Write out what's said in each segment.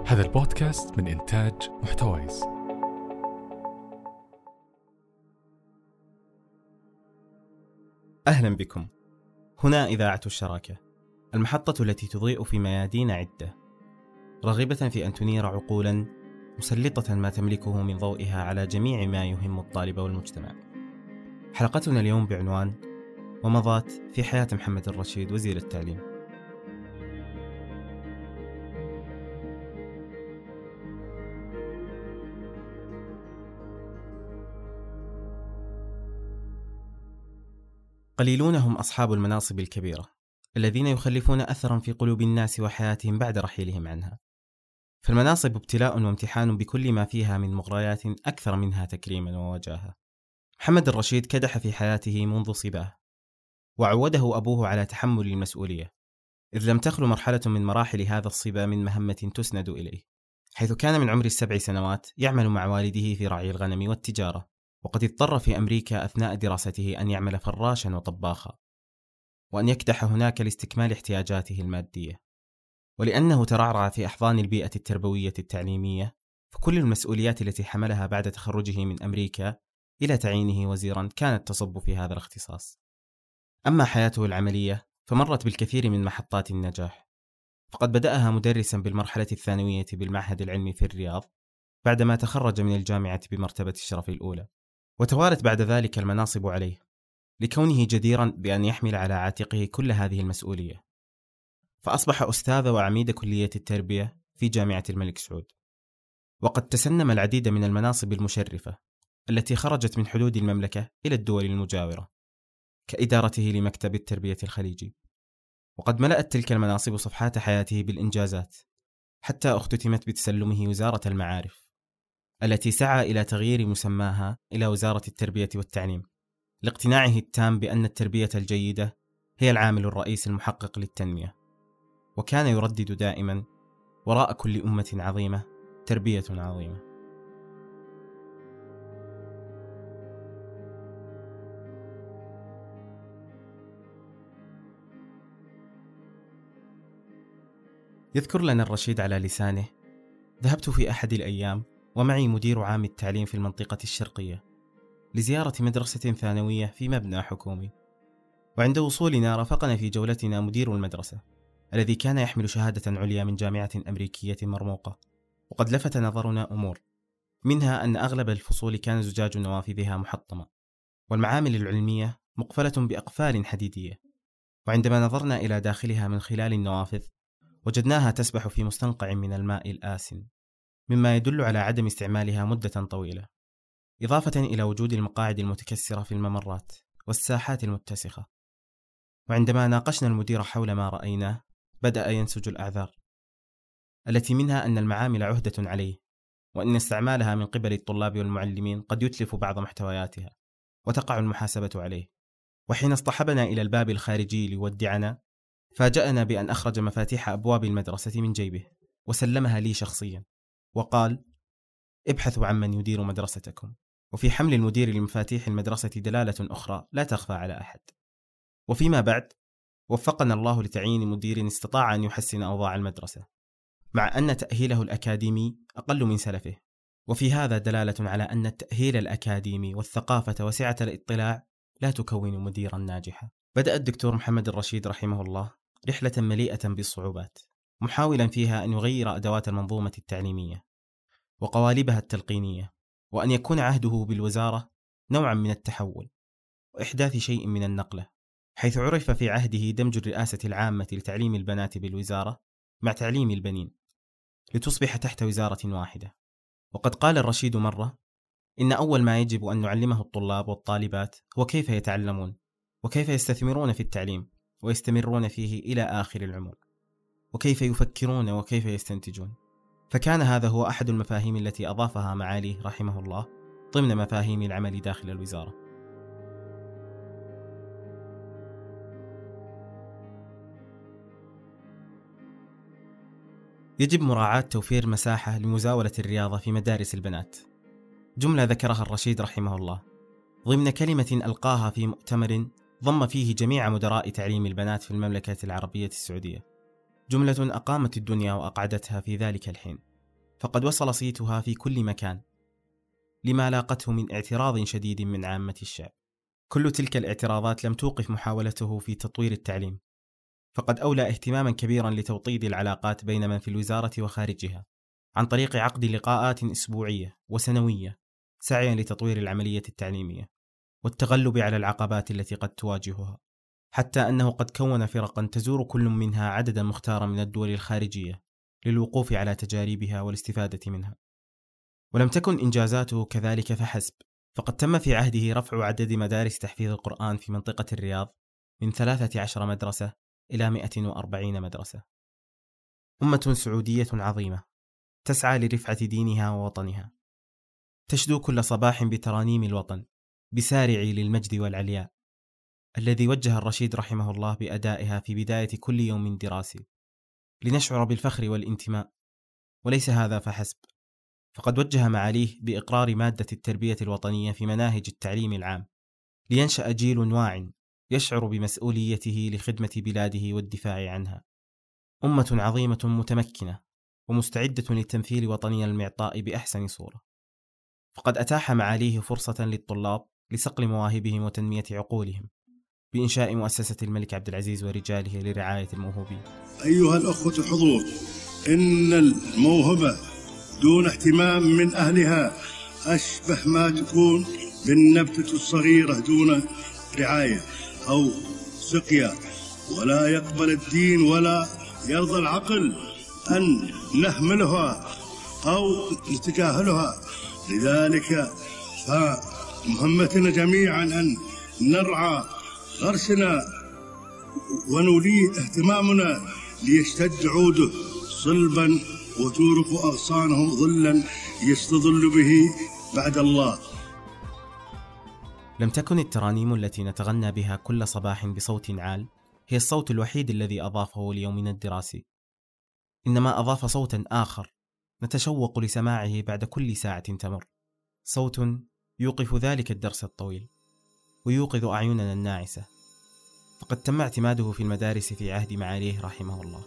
هذا البودكاست من إنتاج محتويس. أهلا بكم. هنا إذاعة الشراكة، المحطة التي تضيء في ميادين عدة، راغبة في أن تنير عقولا، مسلطة ما تملكه من ضوئها على جميع ما يهم الطالب والمجتمع. حلقتنا اليوم بعنوان ومضات في حياة محمد الرشيد وزير التعليم. قليلون هم أصحاب المناصب الكبيرة الذين يخلفون أثرا في قلوب الناس وحياتهم بعد رحيلهم عنها. فالمناصب ابتلاء وامتحان بكل ما فيها من مغريات أكثر منها تكريما ووجاهة. محمد الرشيد كدح في حياته منذ صباه، وعوده أبوه على تحمل المسؤولية، إذ لم تخلو مرحلة من مراحل هذا الصبا من مهمة تسند إليه، حيث كان من عمر 7 سنوات يعمل مع والده في رعي الغنم والتجارة، وقد اضطر في أمريكا أثناء دراسته أن يعمل فراشا وطباخا، وأن يكدح هناك لاستكمال احتياجاته المادية. ولأنه ترعرع في أحضان البيئة التربوية التعليمية، فكل المسؤوليات التي حملها بعد تخرجه من أمريكا إلى تعيينه وزيرا كانت تصب في هذا الاختصاص. أما حياته العملية فمرت بالكثير من محطات النجاح، فقد بدأها مدرسا بالمرحلة الثانوية بالمعهد العلمي في الرياض بعدما تخرج من الجامعة بمرتبة الشرف الأولى، وتوالت بعد ذلك المناصب عليه لكونه جديرا بأن يحمل على عاتقه كل هذه المسؤولية، فأصبح أستاذ وعميد كلية التربية في جامعة الملك سعود. وقد تسنم العديد من المناصب المشرفة التي خرجت من حدود المملكة إلى الدول المجاورة، كإدارته لمكتب التربية الخليجي. وقد ملأت تلك المناصب صفحات حياته بالإنجازات، حتى اختتمت بتسلمه وزارة المعارف التي سعى إلى تغيير مسماها إلى وزارة التربية والتعليم، لاقتناعه التام بأن التربية الجيدة هي العامل الرئيسي المحقق للتنمية. وكان يردد دائما: وراء كل أمة عظيمة تربية عظيمة. يذكر لنا الرشيد على لسانه: ذهبت في أحد الأيام ومعي مدير عام التعليم في المنطقة الشرقية لزيارة مدرسة ثانوية في مبنى حكومي، وعند وصولنا رافقنا في جولتنا مدير المدرسة الذي كان يحمل شهادة عليا من جامعة أمريكية مرموقة. وقد لفت نظرنا أمور، منها أن أغلب الفصول كان زجاج نوافذها محطمة، والمعامل العلمية مقفلة بأقفال حديدية. وعندما نظرنا إلى داخلها من خلال النوافذ وجدناها تسبح في مستنقع من الماء الآسن، مما يدل على عدم استعمالها مدة طويلة، إضافة إلى وجود المقاعد المتكسرة في الممرات والساحات المتسخة. وعندما ناقشنا المدير حول ما رأيناه بدأ ينسج الأعذار، التي منها أن المعامل عهدة عليه، وأن استعمالها من قبل الطلاب والمعلمين قد يتلف بعض محتوياتها وتقع المحاسبة عليه. وحين اصطحبنا إلى الباب الخارجي ليودعنا، فاجأنا بأن أخرج مفاتيح أبواب المدرسة من جيبه وسلمها لي شخصيا، وقال: ابحثوا عمن يدير مدرستكم. وفي حمل المدير لمفاتيح المدرسة دلالة أخرى لا تخفى على أحد. وفيما بعد وفقنا الله لتعيين مدير استطاع أن يحسن أوضاع المدرسة، مع أن تأهيله الأكاديمي أقل من سلفه. وفي هذا دلالة على أن التأهيل الأكاديمي والثقافة وسعة الاطلاع لا تكون مديرا ناجحا. بدأ الدكتور محمد الرشيد رحمه الله رحلة مليئة بالصعوبات، محاولا فيها أن يغير أدوات المنظومة التعليمية وقوالبها التلقينية، وأن يكون عهده بالوزارة نوعا من التحول وإحداث شيء من النقلة، حيث عرف في عهده دمج الرئاسة العامة لتعليم البنات بالوزارة مع تعليم البنين لتصبح تحت وزارة واحدة. وقد قال الرشيد مرة: إن أول ما يجب أن نعلمه الطلاب والطالبات هو كيف يتعلمون، وكيف يستثمرون في التعليم ويستمرون فيه إلى آخر العمر، وكيف يفكرون وكيف يستنتجون. فكان هذا هو أحد المفاهيم التي أضافها معاليه رحمه الله ضمن مفاهيم العمل داخل الوزارة. يجب مراعاة توفير مساحة لمزاولة الرياضة في مدارس البنات، جملة ذكرها الرشيد رحمه الله ضمن كلمة ألقاها في مؤتمر ضم فيه جميع مدراء تعليم البنات في المملكة العربية السعودية، جملة أقامت الدنيا وأقعدتها في ذلك الحين. فقد وصل صيتها في كل مكان، لما لاقته من اعتراض شديد من عامة الشعب. كل تلك الاعتراضات لم توقف محاولته في تطوير التعليم، فقد أولى اهتماما كبيرا لتوطيد العلاقات بين من في الوزارة وخارجها عن طريق عقد لقاءات أسبوعية وسنوية، سعيا لتطوير العملية التعليمية والتغلب على العقبات التي قد تواجهها، حتى أنه قد كون فرقا تزور كل منها عددا مختارا من الدول الخارجية للوقوف على تجاربها والاستفادة منها. ولم تكن إنجازاته كذلك فحسب، فقد تم في عهده رفع عدد مدارس تحفيظ القرآن في منطقة الرياض من 13 مدرسة إلى 140 مدرسة. أمة سعودية عظيمة تسعى لرفعة دينها ووطنها، تشدو كل صباح بترانيم الوطن بسارعي للمجد والعلياء، الذي وجه الرشيد رحمه الله بأدائها في بداية كل يوم دراسي، لنشعر بالفخر والانتماء. وليس هذا فحسب، فقد وجه معاليه بإقرار مادة التربية الوطنية في مناهج التعليم العام، لينشأ جيل واع يشعر بمسؤوليته لخدمة بلاده والدفاع عنها. أمة عظيمة متمكنة ومستعدة للتمثيل وطنها المعطاء بأحسن صورة. فقد أتاح معاليه فرصة للطلاب لصقل مواهبهم وتنمية عقولهم بإنشاء مؤسسة الملك عبد العزيز ورجاله لرعاية الموهوبين. أيها الأخوة الحضور، إن الموهبة دون اهتمام من أهلها أشبه ما تكون بالنبتة الصغيرة دون رعاية أو سقيا، ولا يقبل الدين ولا يرضى العقل أن نهملها أو نتجاهلها. لذلك فمهمتنا جميعا أن نرعى غرسنا ونولي اهتمامنا ليشتد عوده صلبا وتورق أغصانه ظلا يستظل به بعد الله. لم تكن الترانيم التي نتغنى بها كل صباح بصوت عال هي الصوت الوحيد الذي أضافه ليومنا الدراسي، إنما أضاف صوتا آخر نتشوق لسماعه بعد كل ساعة تمر، صوت يوقف ذلك الدرس الطويل ويوقظ أعيننا الناعسة. فقد تم اعتماده في المدارس في عهد معاليه رحمه الله.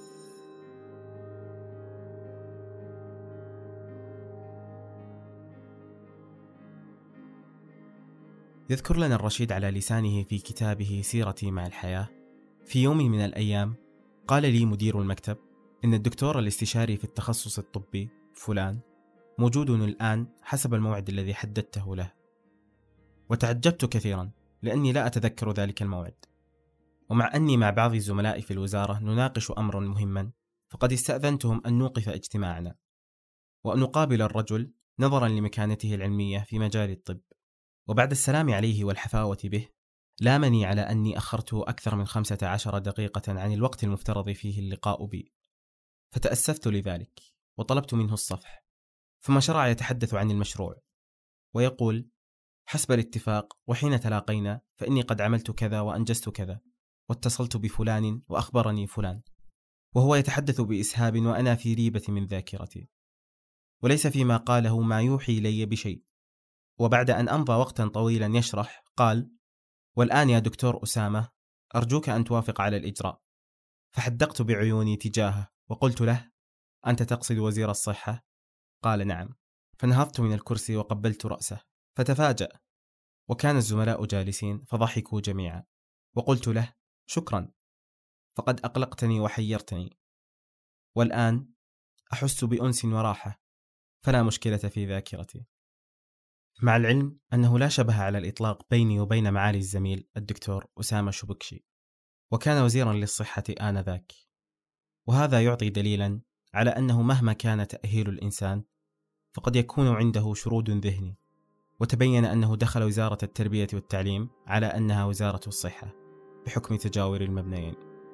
يذكر لنا الرشيد على لسانه في كتابه سيرتي مع الحياة: في يوم من الأيام قال لي مدير المكتب إن الدكتور الاستشاري في التخصص الطبي فلان موجود الآن حسب الموعد الذي حددته له. وتعجبت كثيرا لأني لا أتذكر ذلك الموعد، ومع أني مع بعض الزملاء في الوزارة نناقش أمرا مهما، فقد استأذنتهم أن نوقف اجتماعنا وأن نقابل الرجل نظرا لمكانته العلمية في مجال الطب. وبعد السلام عليه والحفاوة به لامني على أني أخرته أكثر من 15 دقيقة عن الوقت المفترض فيه اللقاء بي، فتأسفت لذلك وطلبت منه الصفح. ثم شرع يتحدث عن المشروع ويقول: حسب الاتفاق وحين تلاقينا فإني قد عملت كذا وأنجزت كذا، واتصلت بفلان وأخبرني فلان، وهو يتحدث بإسهاب وأنا في ريبة من ذاكرتي، وليس فيما قاله ما يوحي إلي بشيء. وبعد أن أمضى وقتا طويلا يشرح قال: والآن يا دكتور أسامة أرجوك أن توافق على الإجراء. فحدقت بعيوني تجاهه وقلت له: أنت تقصد وزير الصحة؟ قال: نعم. فنهضت من الكرسي وقبلت رأسه فتفاجأ، وكان الزملاء جالسين فضحكوا جميعا، وقلت له: شكرا، فقد أقلقتني وحيرتني، والآن أحس بأنس وراحة، فلا مشكلة في ذاكرتي. مع العلم أنه لا شبه على الإطلاق بيني وبين معالي الزميل الدكتور أسامة شبكشي، وكان وزيرا للصحة آنذاك، وهذا يعطي دليلا على أنه مهما كان تأهيل الإنسان فقد يكون عنده شرود ذهني. وتبين أنه دخل وزارة التربية والتعليم على أنها وزارة الصحة بحكم تجاور المبنيين.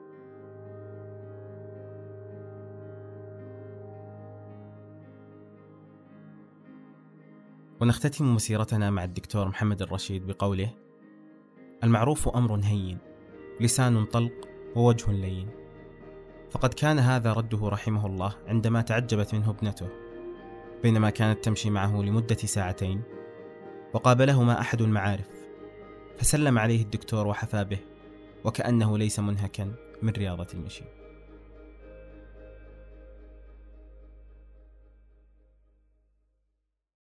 ونختتم مسيرتنا مع الدكتور محمد الرشيد بقوله: المعروف أمر هين، لسان طلق ووجه لين. فقد كان هذا رده رحمه الله عندما تعجبت منه ابنته بينما كانت تمشي معه لمدة 2 ساعتين، وقابلهما أحد المعارف فسلم عليه الدكتور وحفى به وكأنه ليس منهكا من رياضة المشي.